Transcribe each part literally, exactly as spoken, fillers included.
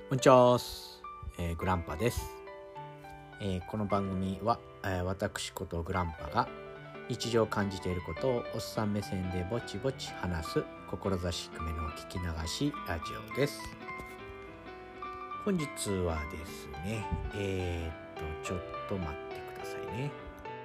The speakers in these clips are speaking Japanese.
こんにちは、えー、グランパです、えー、この番組は、えー、私ことグランパが日常感じていることをおっさん目線でぼちぼち話す志低めの聞き流しラジオです。本日はですねえー、っとちょっと待ってくださいね。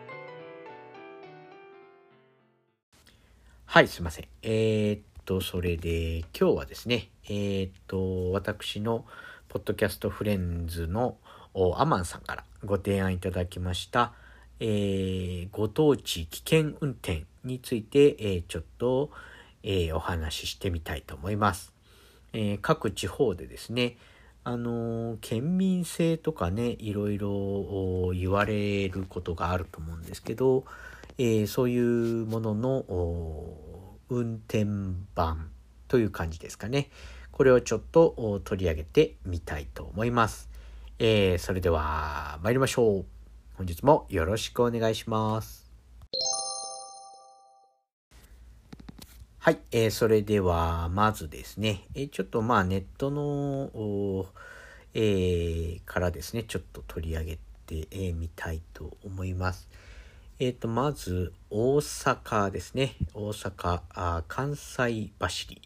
はいすいませんえー、っとそれで今日はですねえー、っと私のポッドキャストフレンズのアマンさんからご提案いただきました、えー、ご当地危険運転について、えー、ちょっと、えー、お話ししてみたいと思います。えー、各地方でですねあのー、県民性とかねいろいろ言われることがあると思うんですけど、えー、そういうものの運転版という感じですかね。これをちょっと取り上げてみたいと思います。えー、それでは参りましょう。本日もよろしくお願いします。はい、えー、それではまずですね、えー、ちょっとまあネットの、えー、からですねちょっと取り上げてみたいと思います。えーとまず大阪ですね。大阪あ関西走り、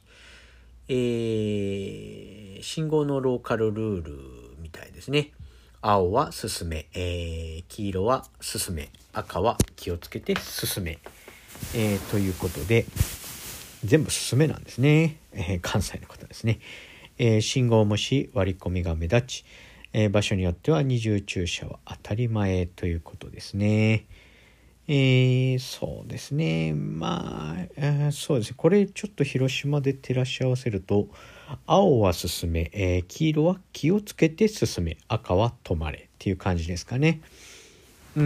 えー、信号のローカルルールみたいですね。青は進め、えー、黄色は進め、赤は気をつけて進め、えー、ということで全部進めなんですね。えー、関西の方ですね。えー、信号無視、割り込みが目立ち、えー、場所によっては二重駐車は当たり前ということですね。えー、そうですね。まあ、えー、そうですね。これちょっと広島で照らし合わせると、青は進め、えー、黄色は気をつけて進め、赤は止まれっていう感じですかね。うん。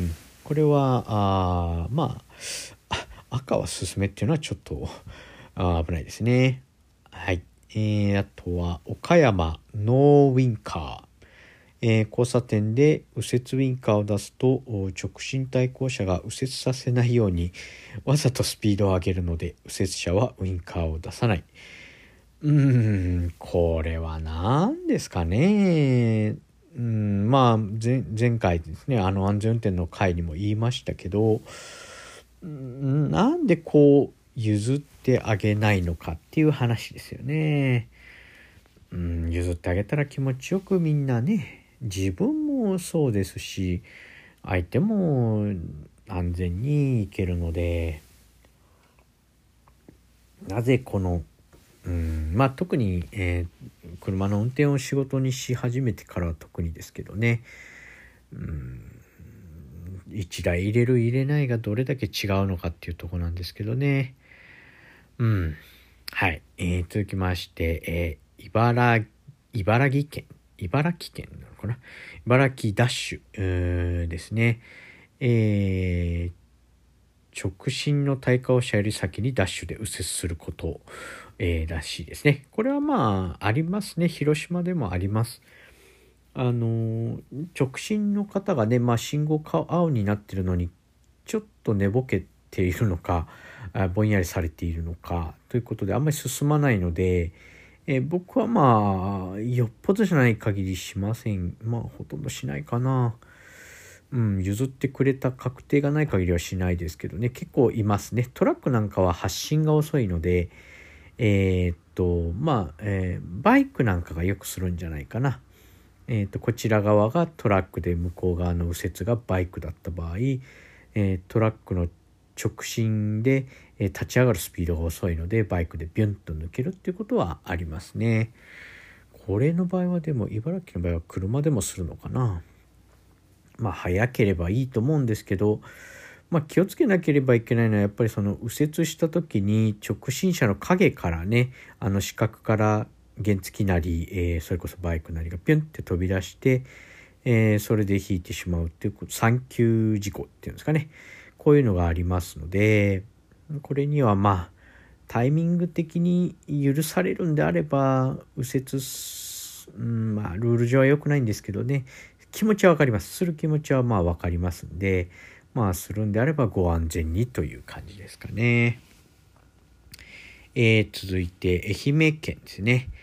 これは、あまあ、赤は進めっていうのはちょっとあ危ないですね。はい。えー、あとは、岡山ノーウィンカー。えー、交差点で右折ウインカーを出すと直進対向車が右折させないようにわざとスピードを上げるので右折車はウインカーを出さない。うーんこれは何ですかね。うんまあ 前, 前回ですねあの安全運転の回にも言いましたけどんなんでこう譲ってあげないのかっていう話ですよね。うん譲ってあげたら気持ちよくみんなね自分もそうですし相手も安全に行けるのでなぜこのうんまあ特に、えー、車の運転を仕事にし始めてからは特にですけどねうんいちだい入れる入れないがどれだけ違うのかっていうところなんですけどね。うんはい、えー、続きまして、えー、茨茨城県茨城県なのかな茨城ダッシュですね。えー、直進の対向車より先にダッシュで右折すること、えー、らしいですね。これはまあありますね。広島でもあります。あのー、直進の方がね、まあ、信号青になってるのにちょっと寝ぼけているのかぼんやりされているのかということであんまり進まないので、えー、僕はまあよっぽどじゃない限りしません。まあほとんどしないかな。うん、譲ってくれた確定がない限りはしないですけどね結構いますね。トラックなんかは発進が遅いのでえー、っとまあ、えー、バイクなんかがよくするんじゃないかな。えー、とこちら側がトラックで向こう側の右折がバイクだった場合、えー、トラックの直進で、えー、立ち上がるスピードが遅いのでバイクでビュンと抜けるっていうことはありますね。これの場合はでも茨城の場合は車でもするのかな。まあ早ければいいと思うんですけど、まあ、気をつけなければいけないのはやっぱりその右折した時に直進車の影からねあの死角から原付なり、えー、それこそバイクなりがピュンって飛び出して、えー、それで引いてしまうっていう産休事故っていうんですかね。こういうのがありますのでこれにはまあタイミング的に許されるんであれば右折、うん、まあルール上は良くないんですけどね気持ちは分かります。する気持ちはまあ分かりますんでまあするんであればご安全にという感じですかね。えー、続いて愛媛県ですね。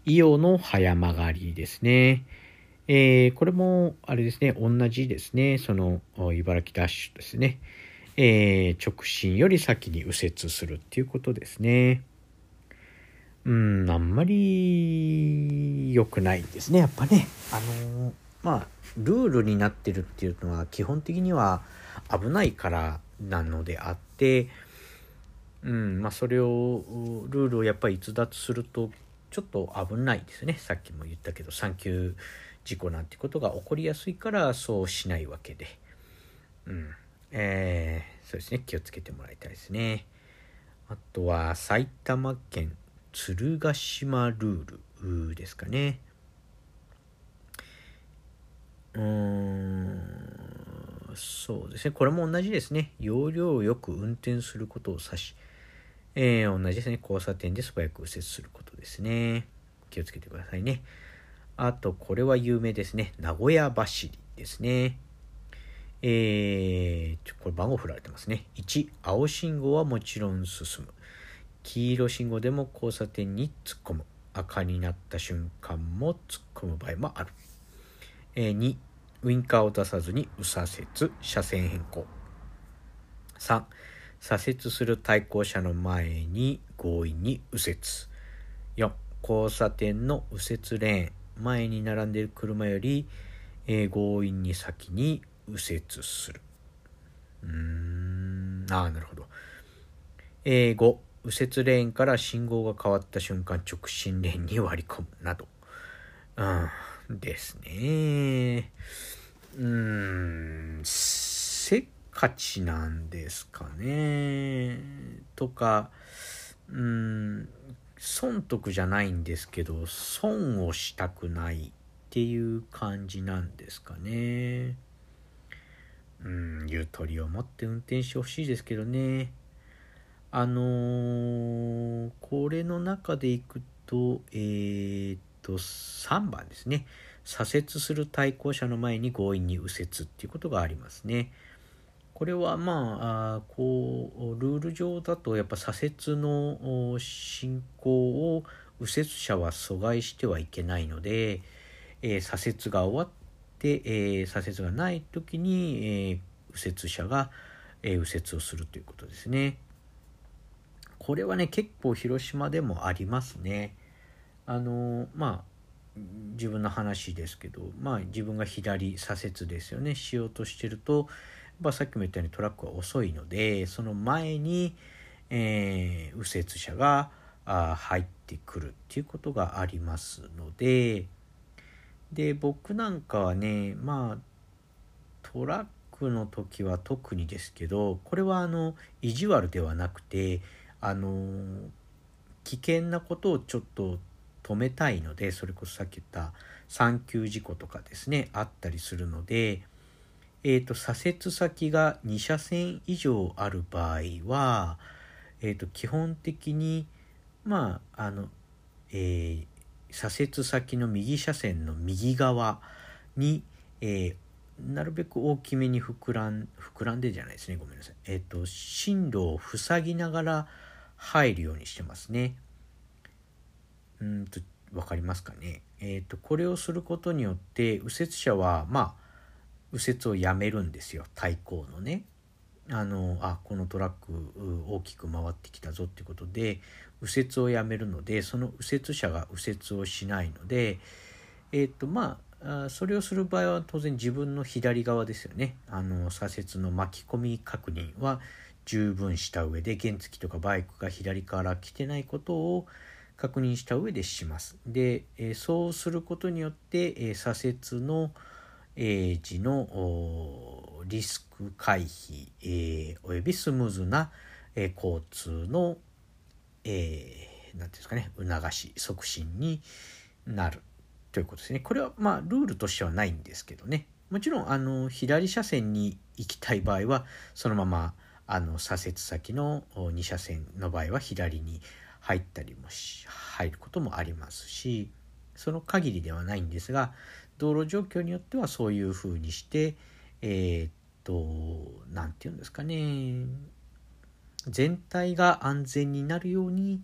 伊予の早曲がりですね。えー、これもあれですね、同じですね、その茨城ダッシュですね、えー、直進より先に右折するっていうことですね。うん、あんまり良くないですね、やっぱね。あのー、まあルールになってるっていうのは基本的には危ないからなのであって、うん、まあそれをルールをやっぱり逸脱するとちょっと危ないですね。さっきも言ったけど産休事故なんてことが起こりやすいからそうしないわけで、うん、えー、そうですね、気をつけてもらいたいですね。あとは埼玉県鶴ヶ島ルールですかね。うーん、そうですね、これも同じですね。要領をよく運転することを指し、えー、同じですね、交差点で素早く右折することですね。気をつけてくださいね。あとこれは有名ですね、名古屋走りですね。えー、これ番号振られてますね。いち、青信号はもちろん進む。黄色信号でも交差点に突っ込む。赤になった瞬間も突っ込む場合もある。えー、に、ウインカーを出さずに右左折、車線変更。さん、左折する対向車の前に強引に右折。よん、交差点の右折レーン、前に並んでいる車より、えー、強引に先に右折する。うーん、ああ、なるほど。えー、ご、右折レーンから信号が変わった瞬間直進レーンに割り込むなど、うんですね。うーん、せっかちなんですかねとか、うーん、損得じゃないんですけど損をしたくないっていう感じなんですかね。うん、ゆとりを持って運転してほしいですけどね。あのー、これの中でいくと、えー、っと、さんばんですね。左折する対向車の前に強引に右折っていうことがありますね。これはまあ、あこう、ルール上だとやっぱ左折の進行を右折車は阻害してはいけないので、えー、左折が終わって、えー、左折がない時に、えー、右折車が、えー、右折をするということですね。これはね結構広島でもありますね。あのまあ自分の話ですけど、まあ自分が左左折ですよねしようとしてると、まあ、さっきも言ったようにトラックは遅いのでその前に、えー、右折車があ入ってくるっていうことがありますので、で僕なんかはねまあトラックの時は特にですけど、これはあの意地悪ではなくてあの危険なことをちょっと止めたいので、それこそさっき言った産休事故とかですねあったりするので、えーと左折先がに車線以上ある場合は、えーと基本的にまああの、えー、左折先の右車線の右側に、えーなるべく大きめに膨らん膨らんでじゃないですね、ごめんなさい。えっと進路を塞ぎながら入るようにしてますね。うんと分かりますかね。えっとこれをすることによって右折車はまあ右折をやめるんですよ、対向のね。あのあこのトラック大きく回ってきたぞっていうことで右折をやめるので、その右折車が右折をしないので、えっとまあそれをする場合は当然自分の左側ですよね。あの左折の巻き込み確認は十分した上で、原付とかバイクが左から来てないことを確認した上でします。で、えー、そうすることによって、えー、左折の、えー、時のリスク回避、えー、およびスムーズな、えー、交通の、えー、なんていうんですかね、促し促進になるということですね。これはまあルールとしてはないんですけどね。もちろんあの左車線に行きたい場合はそのままあの左折先のに車線の場合は左に入ったりもし入ることもありますし、その限りではないんですが、道路状況によってはそういうふうにしてえー、っとなんていうんですかね、全体が安全になるように、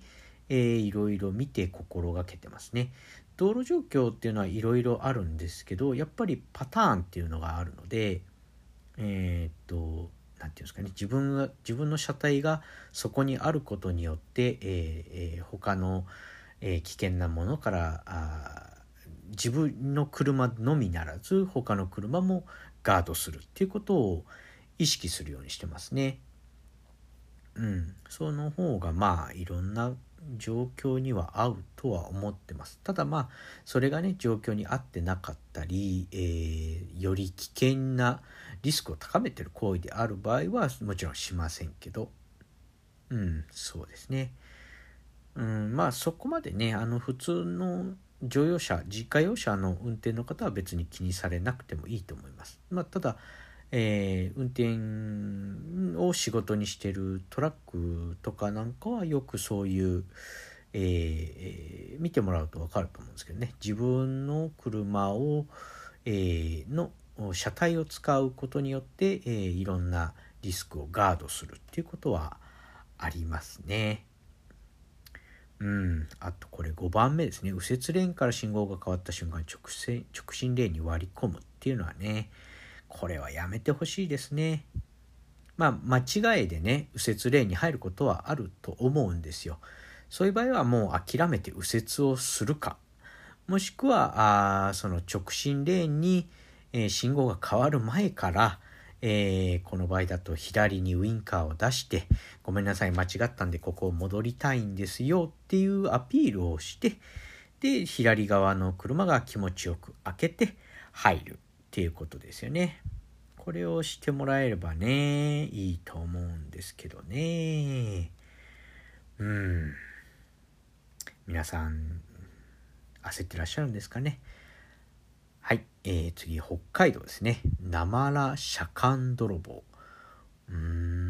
えー、いろいろ見て心がけてますね。道路状況っていうのはいろいろあるんですけど、やっぱりパターンっていうのがあるので、えー、っとなんていうんですかね、自分が自分の車体がそこにあることによって、えーえー、他の、えー、危険なものからあ自分の車のみならず他の車もガードするっていうことを意識するようにしてますね。うん、その方がまあいろんな状況には合うとは思ってます。ただまあそれがね状況に合ってなかったり、えー、より危険なリスクを高めてる行為である場合はもちろんしませんけど、うんそうですね。うん、まあそこまでねあの普通の乗用車自家用車の運転の方は別に気にされなくてもいいと思います。まあただえー、運転を仕事にしてるトラックとかなんかはよくそういう、えー、見てもらうと分かると思うんですけどね、自分の車を、えー、の車体を使うことによって、えー、いろんなリスクをガードするっていうことはありますね。うん、あとこれごばんめですね。右折レーンから信号が変わった瞬間直線直進レーンに割り込むっていうのはね、これはやめてほしいですね。まあ間違いでね右折レーンに入ることはあると思うんですよ。そういう場合はもう諦めて右折をするか、もしくはあその直進レーンに、えー、信号が変わる前から、えー、この場合だと左にウインカーを出して、ごめんなさい間違ったんでここを戻りたいんですよっていうアピールをして、で左側の車が気持ちよく開けて入るっていうことですよね。これをしてもらえればねいいと思うんですけどね。うん、皆さん焦ってらっしゃるんですかね。はい、えー、次北海道ですね。なまら車間泥棒。うー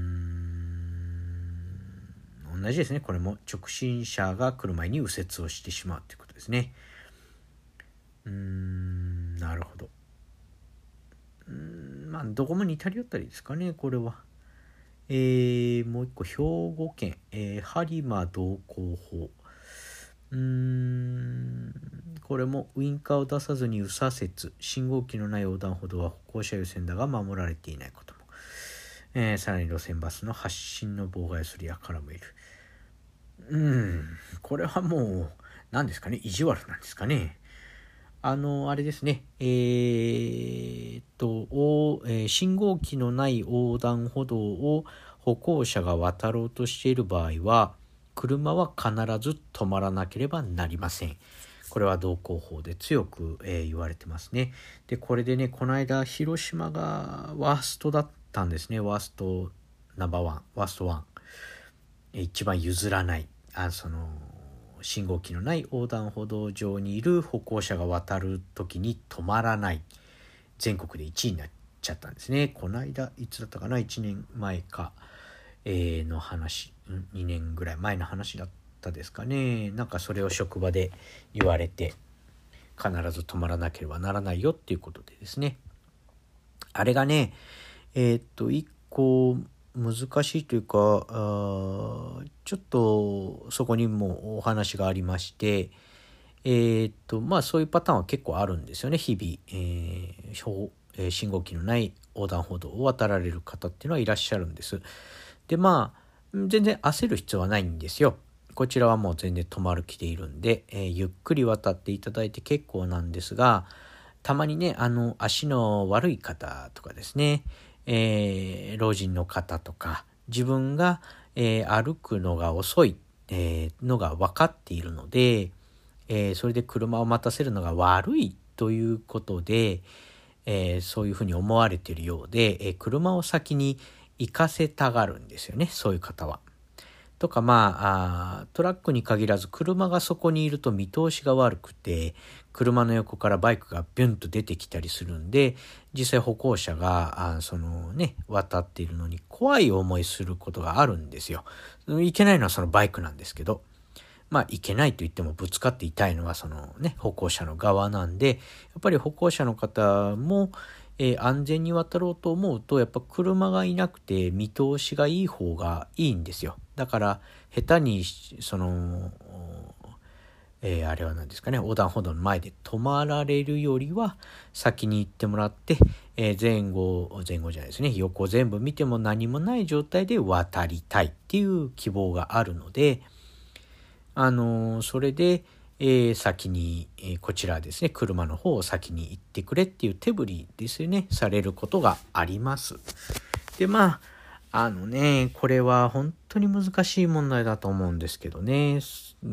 ん同じですね。これも直進車が来る前に右折をしてしまうということですね。うーんなるほど。うーんまあどこも似たり寄ったりですかねこれは。えー、もう一個兵庫県、えー、播磨道交法。うーんこれもウインカーを出さずに右左折、信号機のない横断歩道は歩行者優先だが守られていないことも、えー、さらに路線バスの発進の妨害をする輩もいる。うーんこれはもう何ですかね、意地悪なんですかね。あのあれですね、えー、っと、えー、信号機のない横断歩道を歩行者が渡ろうとしている場合は車は必ず止まらなければなりません。これは道交法で強く、えー、言われてますね。でこれでねこの間広島がワーストだったんですね。ワーストナンバーワンワーストワン、一番譲らない、あその信号機のない横断歩道上にいる歩行者が渡るときに止まらない、全国でいちいになっちゃったんですね。この間いつだったかな、いちねんまえか、えー、の話、にねんぐらい前の話だったですかね。なんかそれを職場で言われて必ず止まらなければならないよっていうことでですね、あれがねえー、っと一個難しいというか、あちょっとそこにもお話がありまして、えー、っとまあそういうパターンは結構あるんですよね。日々、えーえー、信号機のない横断歩道を渡られる方っていうのはいらっしゃるんです。でまあ全然焦る必要はないんですよ。こちらはもう全然止まる気でいるんで、えー、ゆっくり渡っていただいて結構なんですが、たまにねあの足の悪い方とかですね、えー、老人の方とか自分が、えー、歩くのが遅い、えー、のが分かっているので、えー、それで車を待たせるのが悪いということで、えー、そういうふうに思われているようで、えー、車を先に行かせたがるんですよね、そういう方は。とかまあ、あトラックに限らず車がそこにいると見通しが悪くて車の横からバイクがビュンと出てきたりするんで、実際歩行者があそのね渡っているのに怖い思いすることがあるんですよ。いけないのはそのバイクなんですけど、まあいけないと言ってもぶつかって痛いのはそのね歩行者の側なんで、やっぱり歩行者の方もえー、安全に渡ろうと思うとやっぱ車がいなくて見通しがいい方がいいんですよ。だから下手にそのえー、あれは何ですかね、横断歩道の前で止まられるよりは先に行ってもらって、えー、前後前後じゃないですね、横全部見ても何もない状態で渡りたいっていう希望があるので、あのー、それで、えー、先に、えー、こちらですね、車の方を先に行ってくれっていう手振りですよね、されることがあります。で、まあ、あのね、これは本当に難しい問題だと思うんですけどね、うん、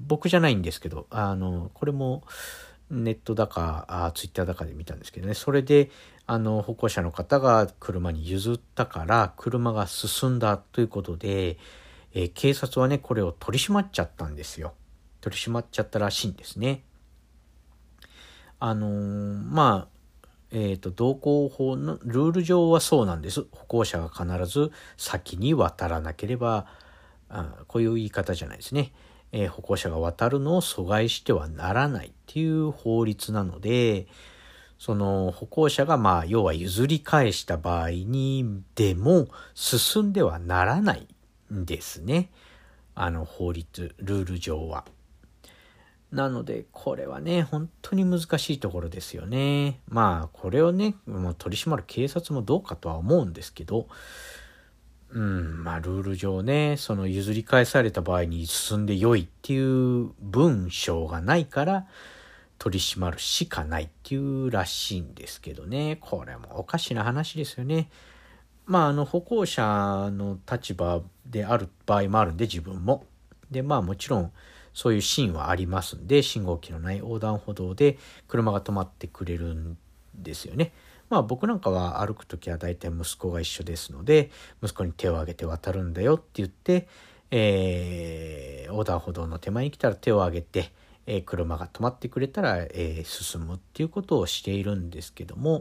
僕じゃないんですけど、あの、これもネットだか、あツイッターだかで見たんですけどね、それで、あの、歩行者の方が車に譲ったから、車が進んだということで、えー、警察はね、これを取り締まっちゃったんですよ。取り締まっちゃったらしいんですね。あのー、まあ、えっと、道交法のルール上はそうなんです。歩行者が必ず先に渡らなければ、あこういう言い方じゃないですね。えー、歩行者が渡るのを阻害してはならないっていう法律なので、その歩行者がまあ要は譲り返した場合にでも進んではならないんですね。あの法律、ルール上は。なのでこれはね本当に難しいところですよね。まあこれをねもう取り締まる警察もどうかとは思うんですけど、うんまあルール上ねその譲り返された場合に進んで良いっていう文章がないから取り締まるしかないっていうらしいんですけどね、これもおかしな話ですよね。まああの歩行者の立場である場合もあるんで自分もでまあもちろんそういうシーンはありますんで、信号機のない横断歩道で車が止まってくれるんですよね。まあ僕なんかは歩くときはだいたい息子が一緒ですので、息子に手を挙げて渡るんだよって言って、えー、横断歩道の手前に来たら手を挙げて、えー、車が止まってくれたら、えー、進むっていうことをしているんですけども、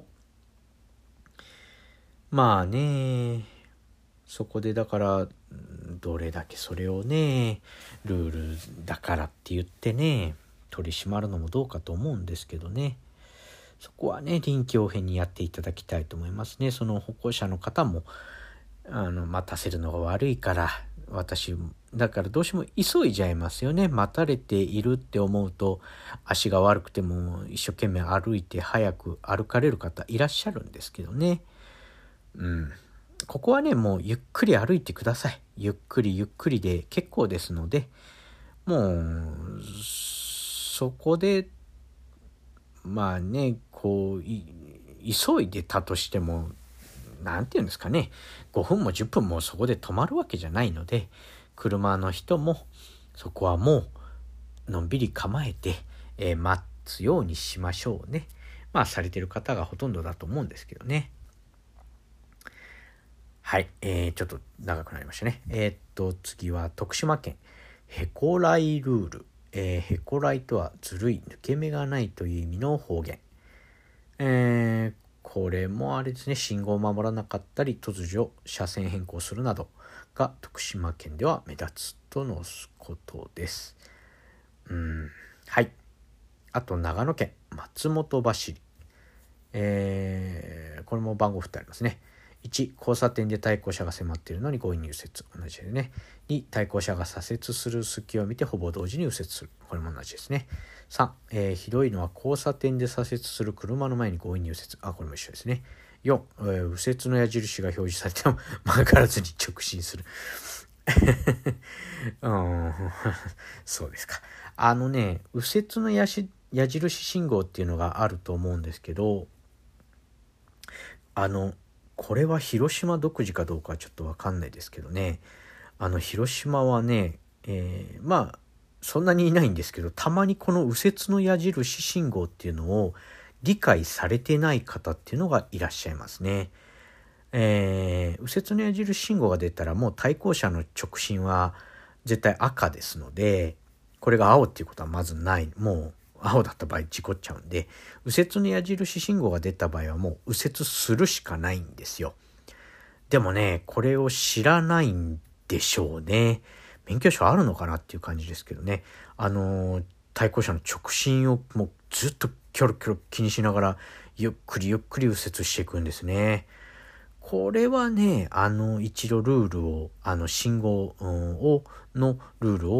まあね、そこでだからどれだけそれをねルールだからって言ってね取り締まるのもどうかと思うんですけどね、そこはね臨機応変にやっていただきたいと思いますね。その歩行者の方もあの待たせるのが悪いから私だからどうしても急いじゃいますよね。待たれているって思うと足が悪くても一生懸命歩いて早く歩かれる方いらっしゃるんですけどね。うんここはねもうゆっくり歩いてください。ゆっくりゆっくりで結構ですので、もうそこでまあねこう急いでたとしてもなんていうんですかね、ごふんもじゅっぷんもそこで止まるわけじゃないので、車の人もそこはもうのんびり構えて、えー、待つようにしましょうね。まあされてる方がほとんどだと思うんですけどね。はい、えー、ちょっと長くなりましたね。えー、っと次は徳島県へこらいルール、えー、へこらいとはずるい抜け目がないという意味の方言。えー、これもあれですね、信号を守らなかったり突如車線変更するなどが徳島県では目立つとのことです。うんはい。あと長野県松本走り、えー、これも番号振ってありますね。いち交差点で対向車が迫っているのに強引に右折、同じですね。に対向車が左折する隙を見てほぼ同時に右折する、これも同じですね。さん、えー、ひどいのは交差点で左折する車の前に強引に右折、あこれも一緒ですね。よん、えー、右折の矢印が表示されても曲がらずに直進するうんそうですか。あのね右折の矢し矢印信号っていうのがあると思うんですけど、あのこれは広島独自かどうかはちょっと分かんないですけどね、あの広島はね、えー、まあそんなにいないんですけど、たまにこの右折の矢印信号っていうのを理解されてない方っていうのがいらっしゃいますね。えー、右折の矢印信号が出たらもう対向車の直進は絶対赤ですので、これが青っていうことはまずない。もう青だった場合事故っちゃうんで、右折の矢印信号が出た場合はもう右折するしかないんですよ。でもねこれを知らないんでしょうね。免許証あるのかなっていう感じですけどね。あのー、対向車の直進をもうずっとキョロキョロ気にしながらゆっくりゆっくり右折していくんですね。これはねあの一度ルールをあの信号をのルールを、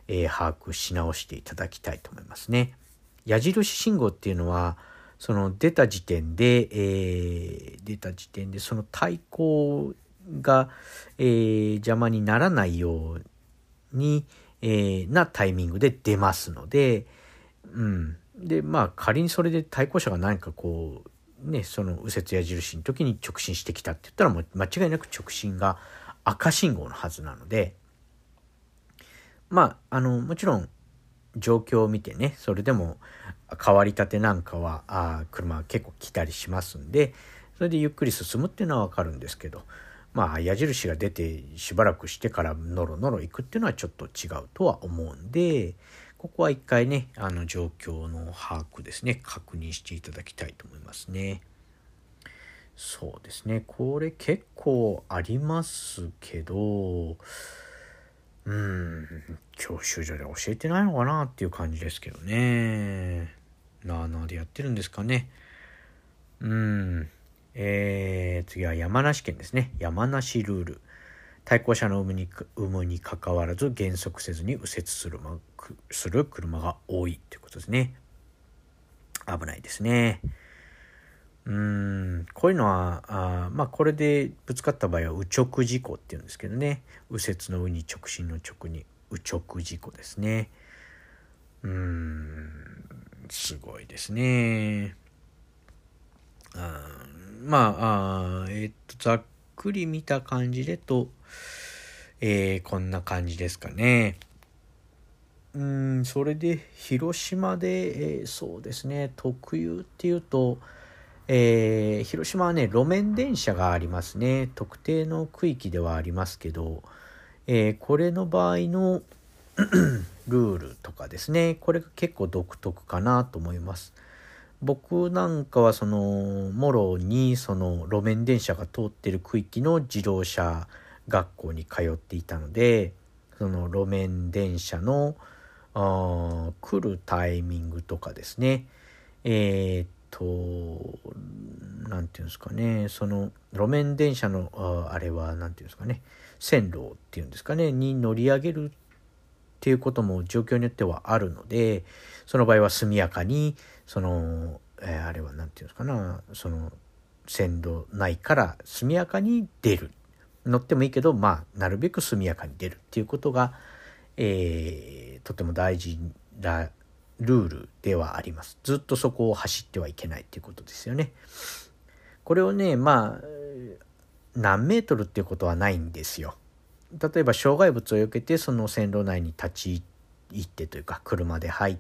えー、把握し直していただきたいと思いますね。矢印信号っていうのはその出た時点で、えー、出た時点でその対向が、えー、邪魔にならないように、えー、なタイミングで出ますので、うん、でまあ仮にそれで対向車が何かこうねその右折矢印の時に直進してきたって言ったらもう間違いなく直進が赤信号のはずなので、まああのもちろん状況を見てね、それでも変わりたてなんかはあ車は結構来たりしますんで、それでゆっくり進むっていうのは分かるんですけど、まあ矢印が出てしばらくしてからノロノロ行くっていうのはちょっと違うとは思うんで、ここは一回ねあの状況の把握ですね、確認していただきたいと思いますね。そうですね、これ結構ありますけど、うーん教習所で教えてないのかなっていう感じですけどね。なあなあでやってるんですかね。うーんえー、次は山梨県ですね。山梨ルール。対向車の有無に、有無にかかわらず減速せずに右折する、ま、する車が多いということですね。危ないですね。うーんこういうのはあまあこれでぶつかった場合は右直事故っていうんですけどね、右折の右に直進の直に右直事故ですね。うーんすごいですね。あまああえー、っとざっくり見た感じでと、えー、こんな感じですかね。うーんそれで広島で、えー、そうですね特有っていうと、えー、広島はね路面電車がありますね。特定の区域ではありますけど、えー、これの場合のルールとかですね、これが結構独特かなと思います。僕なんかはそのもろにその路面電車が通っている区域の自動車学校に通っていたので、その路面電車のあ来るタイミングとかですね、えー、っとなんていうんですかね、その路面電車の あ, あれはなんていうんですかね、線路っていうんですかねに乗り上げるっていうことも状況によってはあるので、その場合は速やかにその、えー、あれはなんていうんですかな、その線路内から速やかに出る、乗ってもいいけどまあなるべく速やかに出るっていうことが、えー、とても大事なルールではあります。ずっとそこを走ってはいけないっていうことですよね。これをねまあ何メートルっていうことはないんですよ。例えば障害物を避けてその線路内に立ち入ってというか車で入って、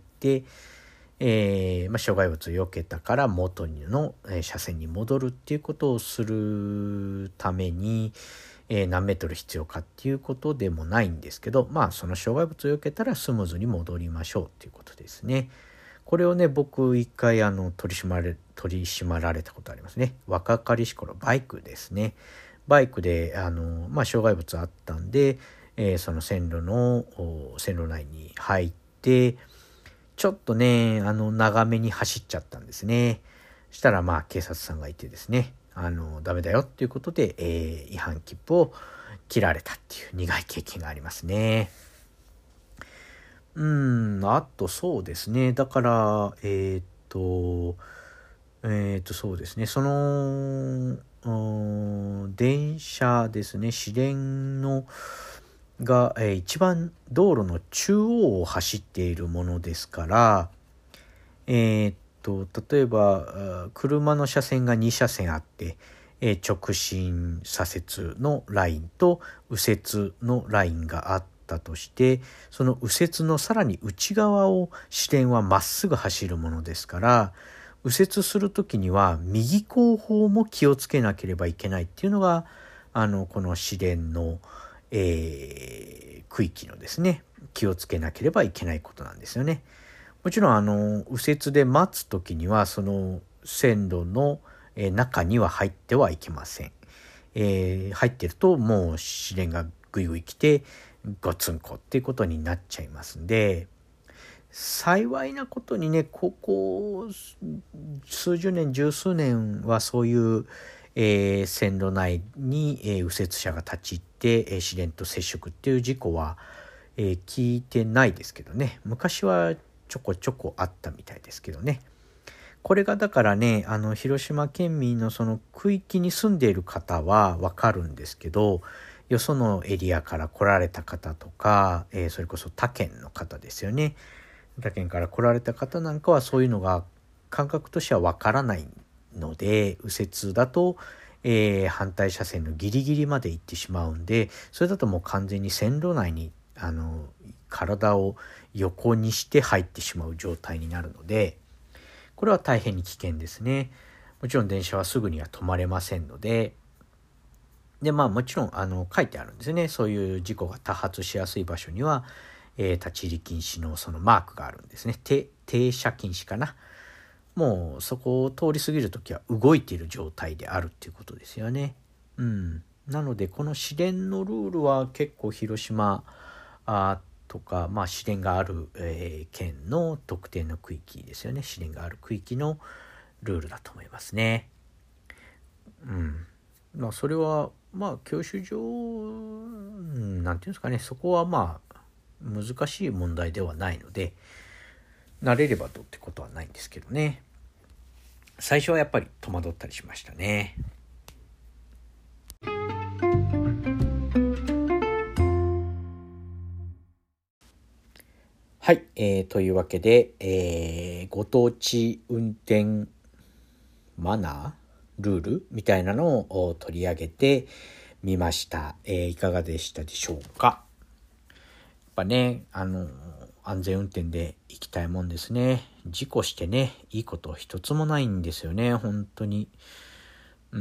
えーまあ、障害物を避けたから元の車線に戻るっていうことをするために、えー、何メートル必要かっていうことでもないんですけど、まあその障害物を避けたらスムーズに戻りましょうっていうことですね。これをね僕一回あの取り締まれ取り締まられたことありますね。若かりし頃バイクですね。バイクであの、まあ、障害物あったんで、えー、その線路の線路内に入ってちょっとねあの長めに走っちゃったんですね。したらまあ警察さんがいてですね、あのダメだよっていうことで、えー、違反切符を切られたっていう苦い経験がありますね。うーんあとそうですね、だからえー、っとえー、っとそうですねその電車ですね、市電のが、えー、一番道路の中央を走っているものですから、えー、っと例えば車の車線がに車線あって、えー、直進左折のラインと右折のラインがあったとして、その右折のさらに内側を市電はまっすぐ走るものですから、右折するときには右後方も気をつけなければいけないっていうのがあのこの市電の、えー、区域のですね気をつけなければいけないことなんですよね。もちろんあの右折で待つときにはその線路の中には入ってはいけません。えー、入ってるともう市電がぐいぐい来てゴツンコっていうことになっちゃいますんで、幸いなことにねここ数十年十数年はそういう、えー、線路内に、えー、右折車が立ち入って、えー、市電と接触っていう事故は、 えー、聞いてないですけどね。昔はちょこちょこあったみたいですけどね。これがだからね、あの広島県民のその区域に住んでいる方はわかるんですけど、よそのエリアから来られた方とか、えー、それこそ他県の方ですよね。他県から来られた方なんかはそういうのが感覚としてはわからないので、右折だと、えー、反対車線のギリギリまで行ってしまうんで、それだともう完全に線路内にあの体を横にして入ってしまう状態になるので、これは大変に危険ですね。もちろん電車はすぐには止まれませんので、でまあもちろんあの書いてあるんですね。そういう事故が多発しやすい場所には、えー、立ち入り禁止のそのマークがあるんですね。停車禁止かな。もうそこを通り過ぎるときは動いている状態であるっていうことですよね。うん。なのでこの市電のルールは結構広島あとか、まあ、市電がある、えー、県の特定の区域ですよね。市電がある区域のルールだと思いますね。うん。まあそれはまあ教習所、うん、なんていうんですかね、そこはまあ難しい問題ではないので、慣れればとってことはないんですけどね。最初はやっぱり戸惑ったりしましたね。はい、えー、というわけで、えー、ご当地運転マナールールみたいなのを取り上げてみました。えー、いかがでしたでしょうか。やっぱね、あの安全運転で行きたいもんですね。事故してね、いいこと一つもないんですよね。本当に、うん、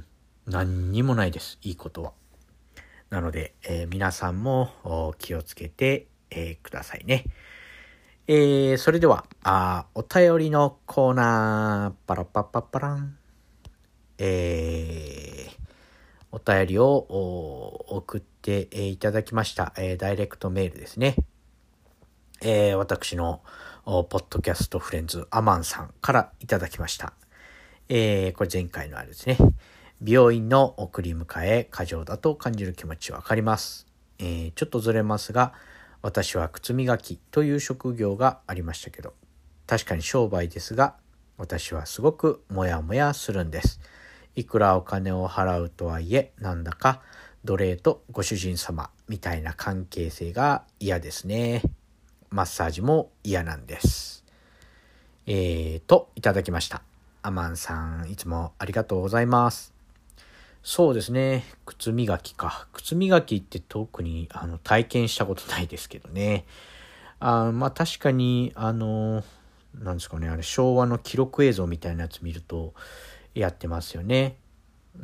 何にもないです。いいことは。なので、えー、皆さんも気をつけて、えー、くださいね。えー、それではあ、お便りのコーナー、パラパッパッパラン。えー、お便りを送っていただきました、えー、ダイレクトメールですね。えー、私のポッドキャストフレンズアマンさんからいただきました。えー、これ前回のあれですね。病院の送り迎え過剰だと感じる気持ちわかります。えー、ちょっとずれますが、私は靴磨きという職業がありましたけど、確かに商売ですが、私はすごくモヤモヤするんです。いくらお金を払うとはいえ、なんだか奴隷とご主人様みたいな関係性が嫌ですね。マッサージも嫌なんです。えーと、いただきました。アマンさん、いつもありがとうございます。そうですね。靴磨きか。靴磨きって特にあの体験したことないですけどね。あまあ確かに、あの、なんですかね、あれ昭和の記録映像みたいなやつ見るとやってますよね。うん。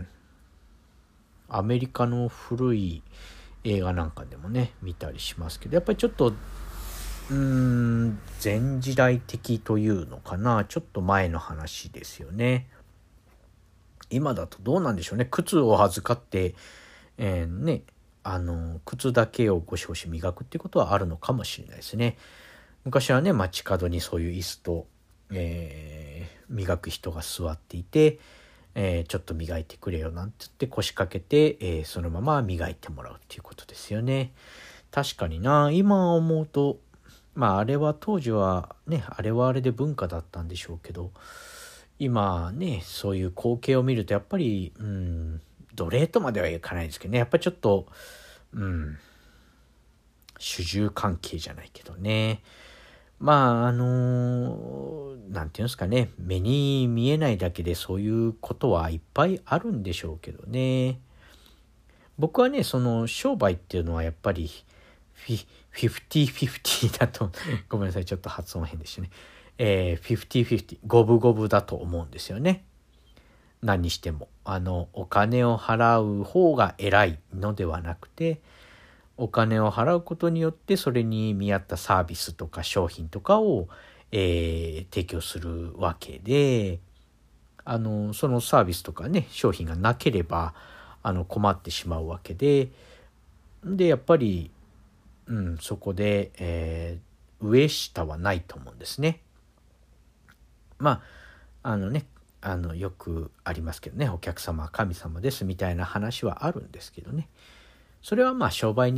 アメリカの古い映画なんかでもね、見たりしますけど、やっぱりちょっと、うーん、前時代的というのかな。ちょっと前の話ですよね。今だとどうなんでしょうね。靴を預かって、えー、ね、あの、靴だけをゴシゴシ磨くっていうことはあるのかもしれないですね。昔はね、街角にそういう椅子と、えー、磨く人が座っていて、えー、ちょっと磨いてくれよなんて言って腰掛けて、えー、そのまま磨いてもらうっていうことですよね。確かにな、今思うと、まああれは当時はね、あれはあれで文化だったんでしょうけど、今ね、そういう光景を見るとやっぱり、うん、奴隷とまではいかないですけどね、やっぱりちょっと、うん、主従関係じゃないけどね。まあ、あのー、なんていうんですかね、目に見えないだけでそういうことはいっぱいあるんでしょうけどね。僕はね、その商売っていうのはやっぱりフィ、フィフティフィフティだと、ごめんなさい、ちょっと発音変でしたね。えー、フィフティフィフティ、五分五分だと思うんですよね。何にしても。あの、お金を払う方が偉いのではなくて、お金を払うことによってそれに見合ったサービスとか商品とかを、えー、提供するわけで、あのそのサービスとかね商品がなければあの困ってしまうわけで、でやっぱり、うん、そこで、えー、上下はないと思うんですね。まああのねあのよくありますけどね、お客様は神様ですみたいな話はあるんですけどね、それはまあ商売人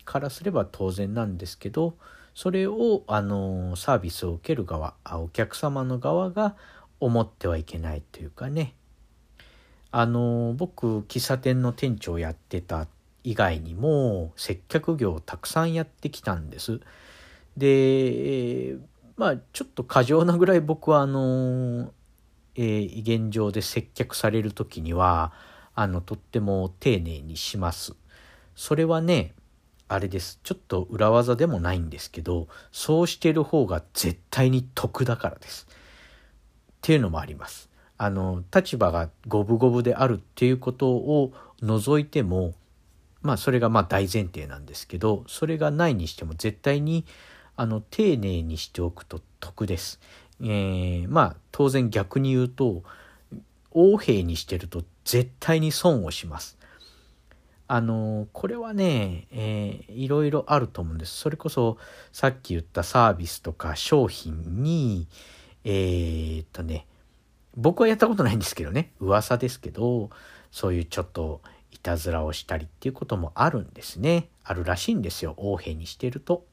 からすれば当然なんですけど、それをあのサービスを受ける側、お客様の側が思ってはいけないというかね。あの僕喫茶店の店長やってた以外にも接客業をたくさんやってきたんです。でまあちょっと過剰なぐらい僕はあの、えー、現状で接客される時にはあのとっても丁寧にします。それはねあれです。ちょっと裏技でもないんですけど、そうしてる方が絶対に得だからです。っていうのもあります。あの立場が五分五分であるっていうことを除いても、まあそれがまあ大前提なんですけど、それがないにしても絶対にあの丁寧にしておくと得です。えー、まあ当然逆に言うと横柄にしてると絶対に損をします。あのこれはね、えー、いろいろあると思うんです。それこそさっき言ったサービスとか商品にえー、っとね僕はやったことないんですけどね、噂ですけど、そういうちょっといたずらをしたりっていうこともあるんですね。あるらしいんですよ、横柄にしてると。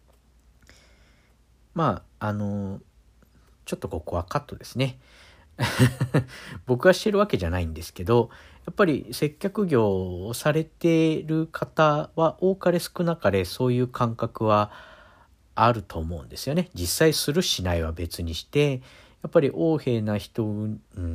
まああのちょっとここはカットですね。僕がしてるわけじゃないんですけど、やっぱり接客業をされている方は多かれ少なかれそういう感覚はあると思うんですよね。実際するしないは別にして、やっぱり横柄な人、うん、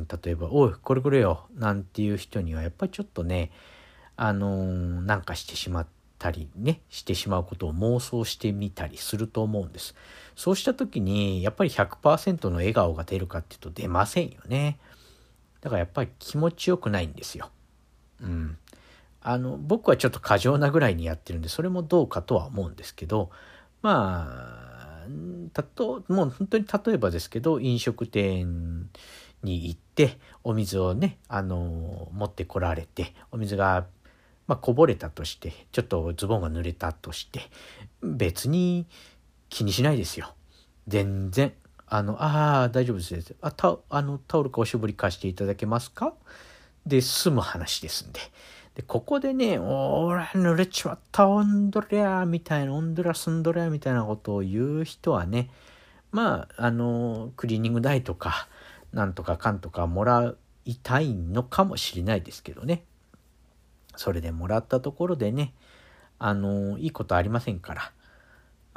例えば「おいこれこれよ」なんていう人にはやっぱりちょっとね、あのー、なんかしてしまったりねしてしまうことを妄想してみたりすると思うんです。そうした時にやっぱり ひゃくパーセント の笑顔が出るかっていうと出ませんよね。だからやっぱり気持ちよくないんですよ。うん。あの僕はちょっと過剰なぐらいにやってるんでそれもどうかとは思うんですけど、まあたともう本当に例えばですけど、飲食店に行ってお水をねあの持ってこられて、お水がまあこぼれたとして、ちょっとズボンが濡れたとして、別に気にしないですよ。全然。あの、ああ、大丈夫です。あ、タあのタオルかおしぼり貸していただけますかで済む話ですんで。で、ここでね、おーら、濡れちまった、おんどりゃーみたいな、おんどらすんどりゃーみたいなことを言う人はね、まあ、あの、クリーニング代とか、なんとかかんとかもらいたいのかもしれないですけどね。それでもらったところでね、あの、いいことありませんから。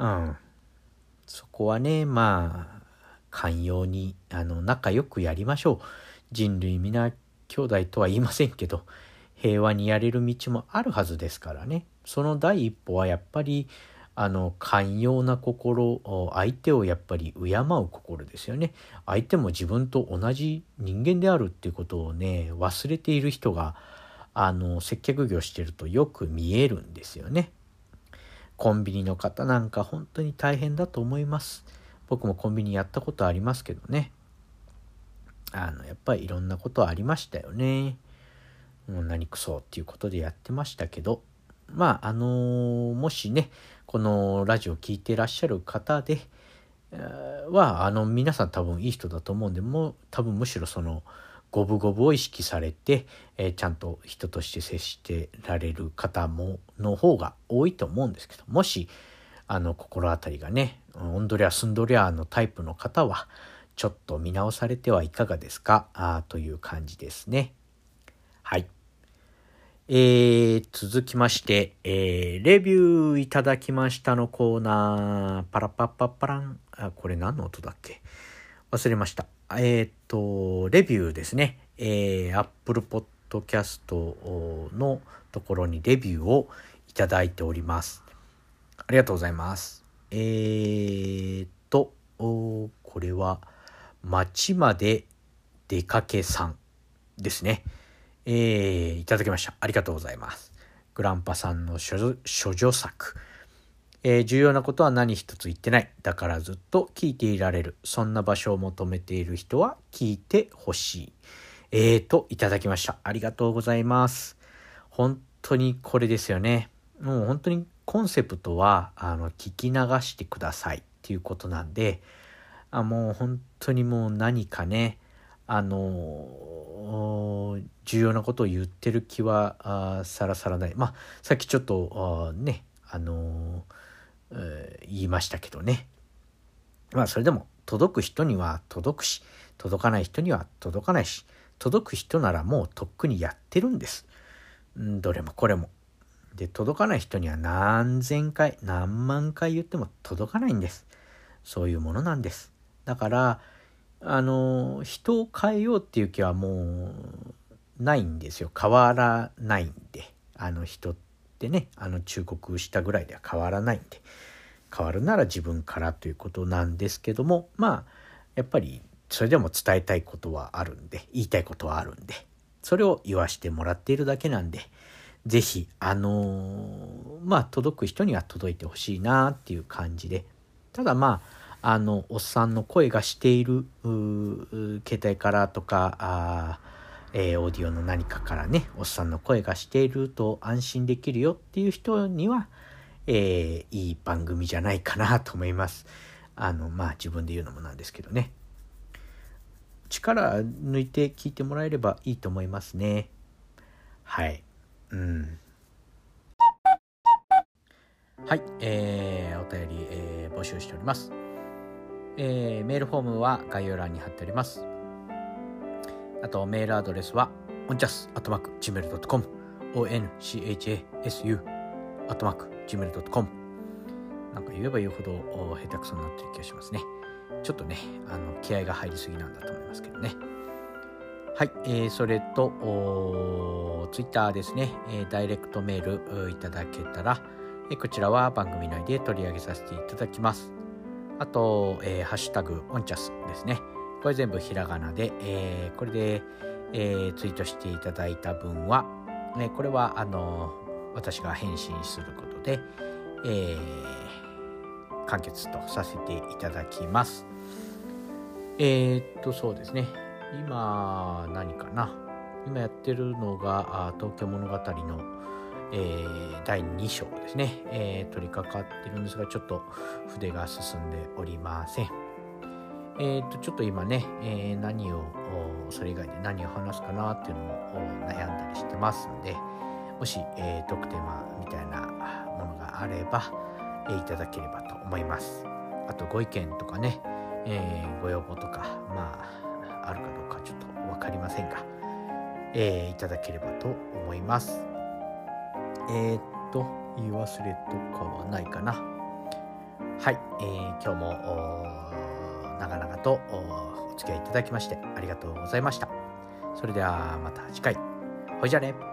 うん。そこはね、まあ、寛容に、あの、仲良くやりましょう。人類皆兄弟とは言いませんけど、平和にやれる道もあるはずですからね。その第一歩はやっぱり、あの、寛容な心、相手をやっぱり敬う心ですよね。相手も自分と同じ人間であるっていうことをね、忘れている人が、あの、接客業してるとよく見えるんですよね。コンビニの方なんか本当に大変だと思います。僕もコンビニやったことありますけどね。あの、やっぱりいろんなことありましたよね。もう何くそっていうことでやってましたけど、まあ、あのー、もしね、このラジオ聞いてらっしゃる方で、は、あの、皆さん多分いい人だと思うんで、もう多分むしろその、五分五分を意識されて、えー、ちゃんと人として接してられる方もの方が多いと思うんですけど、もしあの心当たりがね、オンドリャスンドリャのタイプの方はちょっと見直されてはいかがですかあという感じですね。はい。えー、続きまして、えー、レビューいただきましたのコーナー、パラパッパッパラン。あ、これ何の音だっけ忘れました。えっと、レビューですね。えー、Apple Podcast のところにレビューをいただいております。ありがとうございます。えーっと、これは、街まで出かけさんですね。えー、いただきました。ありがとうございます。グランパさんの処女作。えー、重要なことは何一つ言ってない。だからずっと聞いていられる。そんな場所を求めている人は聞いてほしい。えーと、いただきました。ありがとうございます。本当にこれですよね。もう本当にコンセプトは、あの、聞き流してくださいっていうことなんで、あもう本当にもう何かね、あの、重要なことを言ってる気はさらさらない。まあ、さっきちょっとね、 あの、えー、言いましたけどね。まあそれでも届く人には届くし、届かない人には届かないし、届く人ならもうとっくにやってるんです。んどれもこれも。で、届かない人には何千回、何万回言っても届かないんです。そういうものなんです。だから、あの、人を変えようっていう気はもうないんですよ。変わらないんで。あの人ってね、あの忠告したぐらいでは変わらないんで。変わるなら自分からということなんですけども、まあ、やっぱりそれでも伝えたいことはあるんで、言いたいことはあるんで、それを言わしてもらっているだけなんで、ぜひ、あのー、まあ、届く人には届いてほしいなっていう感じで、ただまあ、あの、おっさんの声がしている、携帯からとか、あえー、オーディオの何かからね、おっさんの声がしていると安心できるよっていう人には、えー、いい番組じゃないかなと思います。あの、まあ、自分で言うのもなんですけどね。力抜いて聞いてもらえればいいと思いますね。はい。うん。はい。えー、お便り、えー、募集しております。えー、メールフォームは概要欄に貼っております。あと、メールアドレスは、オンチャスアットマークジーメールドットコム、オーエヌチャス アットマークジーメールドットコム。なんか言えば言うほど下手くそになってる気がしますね。ちょっとね、あの気合が入りすぎなんだと思いますけどね。はい、えー、それとツイッターですね、えー、ダイレクトメールいただけたら、えー、こちらは番組内で取り上げさせていただきます。あと、えー、ハッシュタグオンチャスですね。これ全部ひらがなで、えー、これで、えー、ツイートしていただいた分は、えー、これはあの私が返信することで、えー、完結とさせていただきます。えー、っとそうですね、今何かな今やってるのが東京物語の、えー、だいに章ですね、えー、取り掛かってるんですが、ちょっと筆が進んでおりません。えー、っとちょっと今ね、えー、何をそれ以外で何を話すかなっていうのも悩んだりしてますので、もし、えー、トークテーマみたいなものがあれば、えー、いただければと思います。あとご意見とかね、えー、ご要望とか、まあ、あるかどうかちょっと分かりませんが、えー、いただければと思います。えー、っと、言い忘れとかはないかな。はい、えー、今日も長々とお付き合いいただきましてありがとうございました。それではまた次回。ほいじゃね。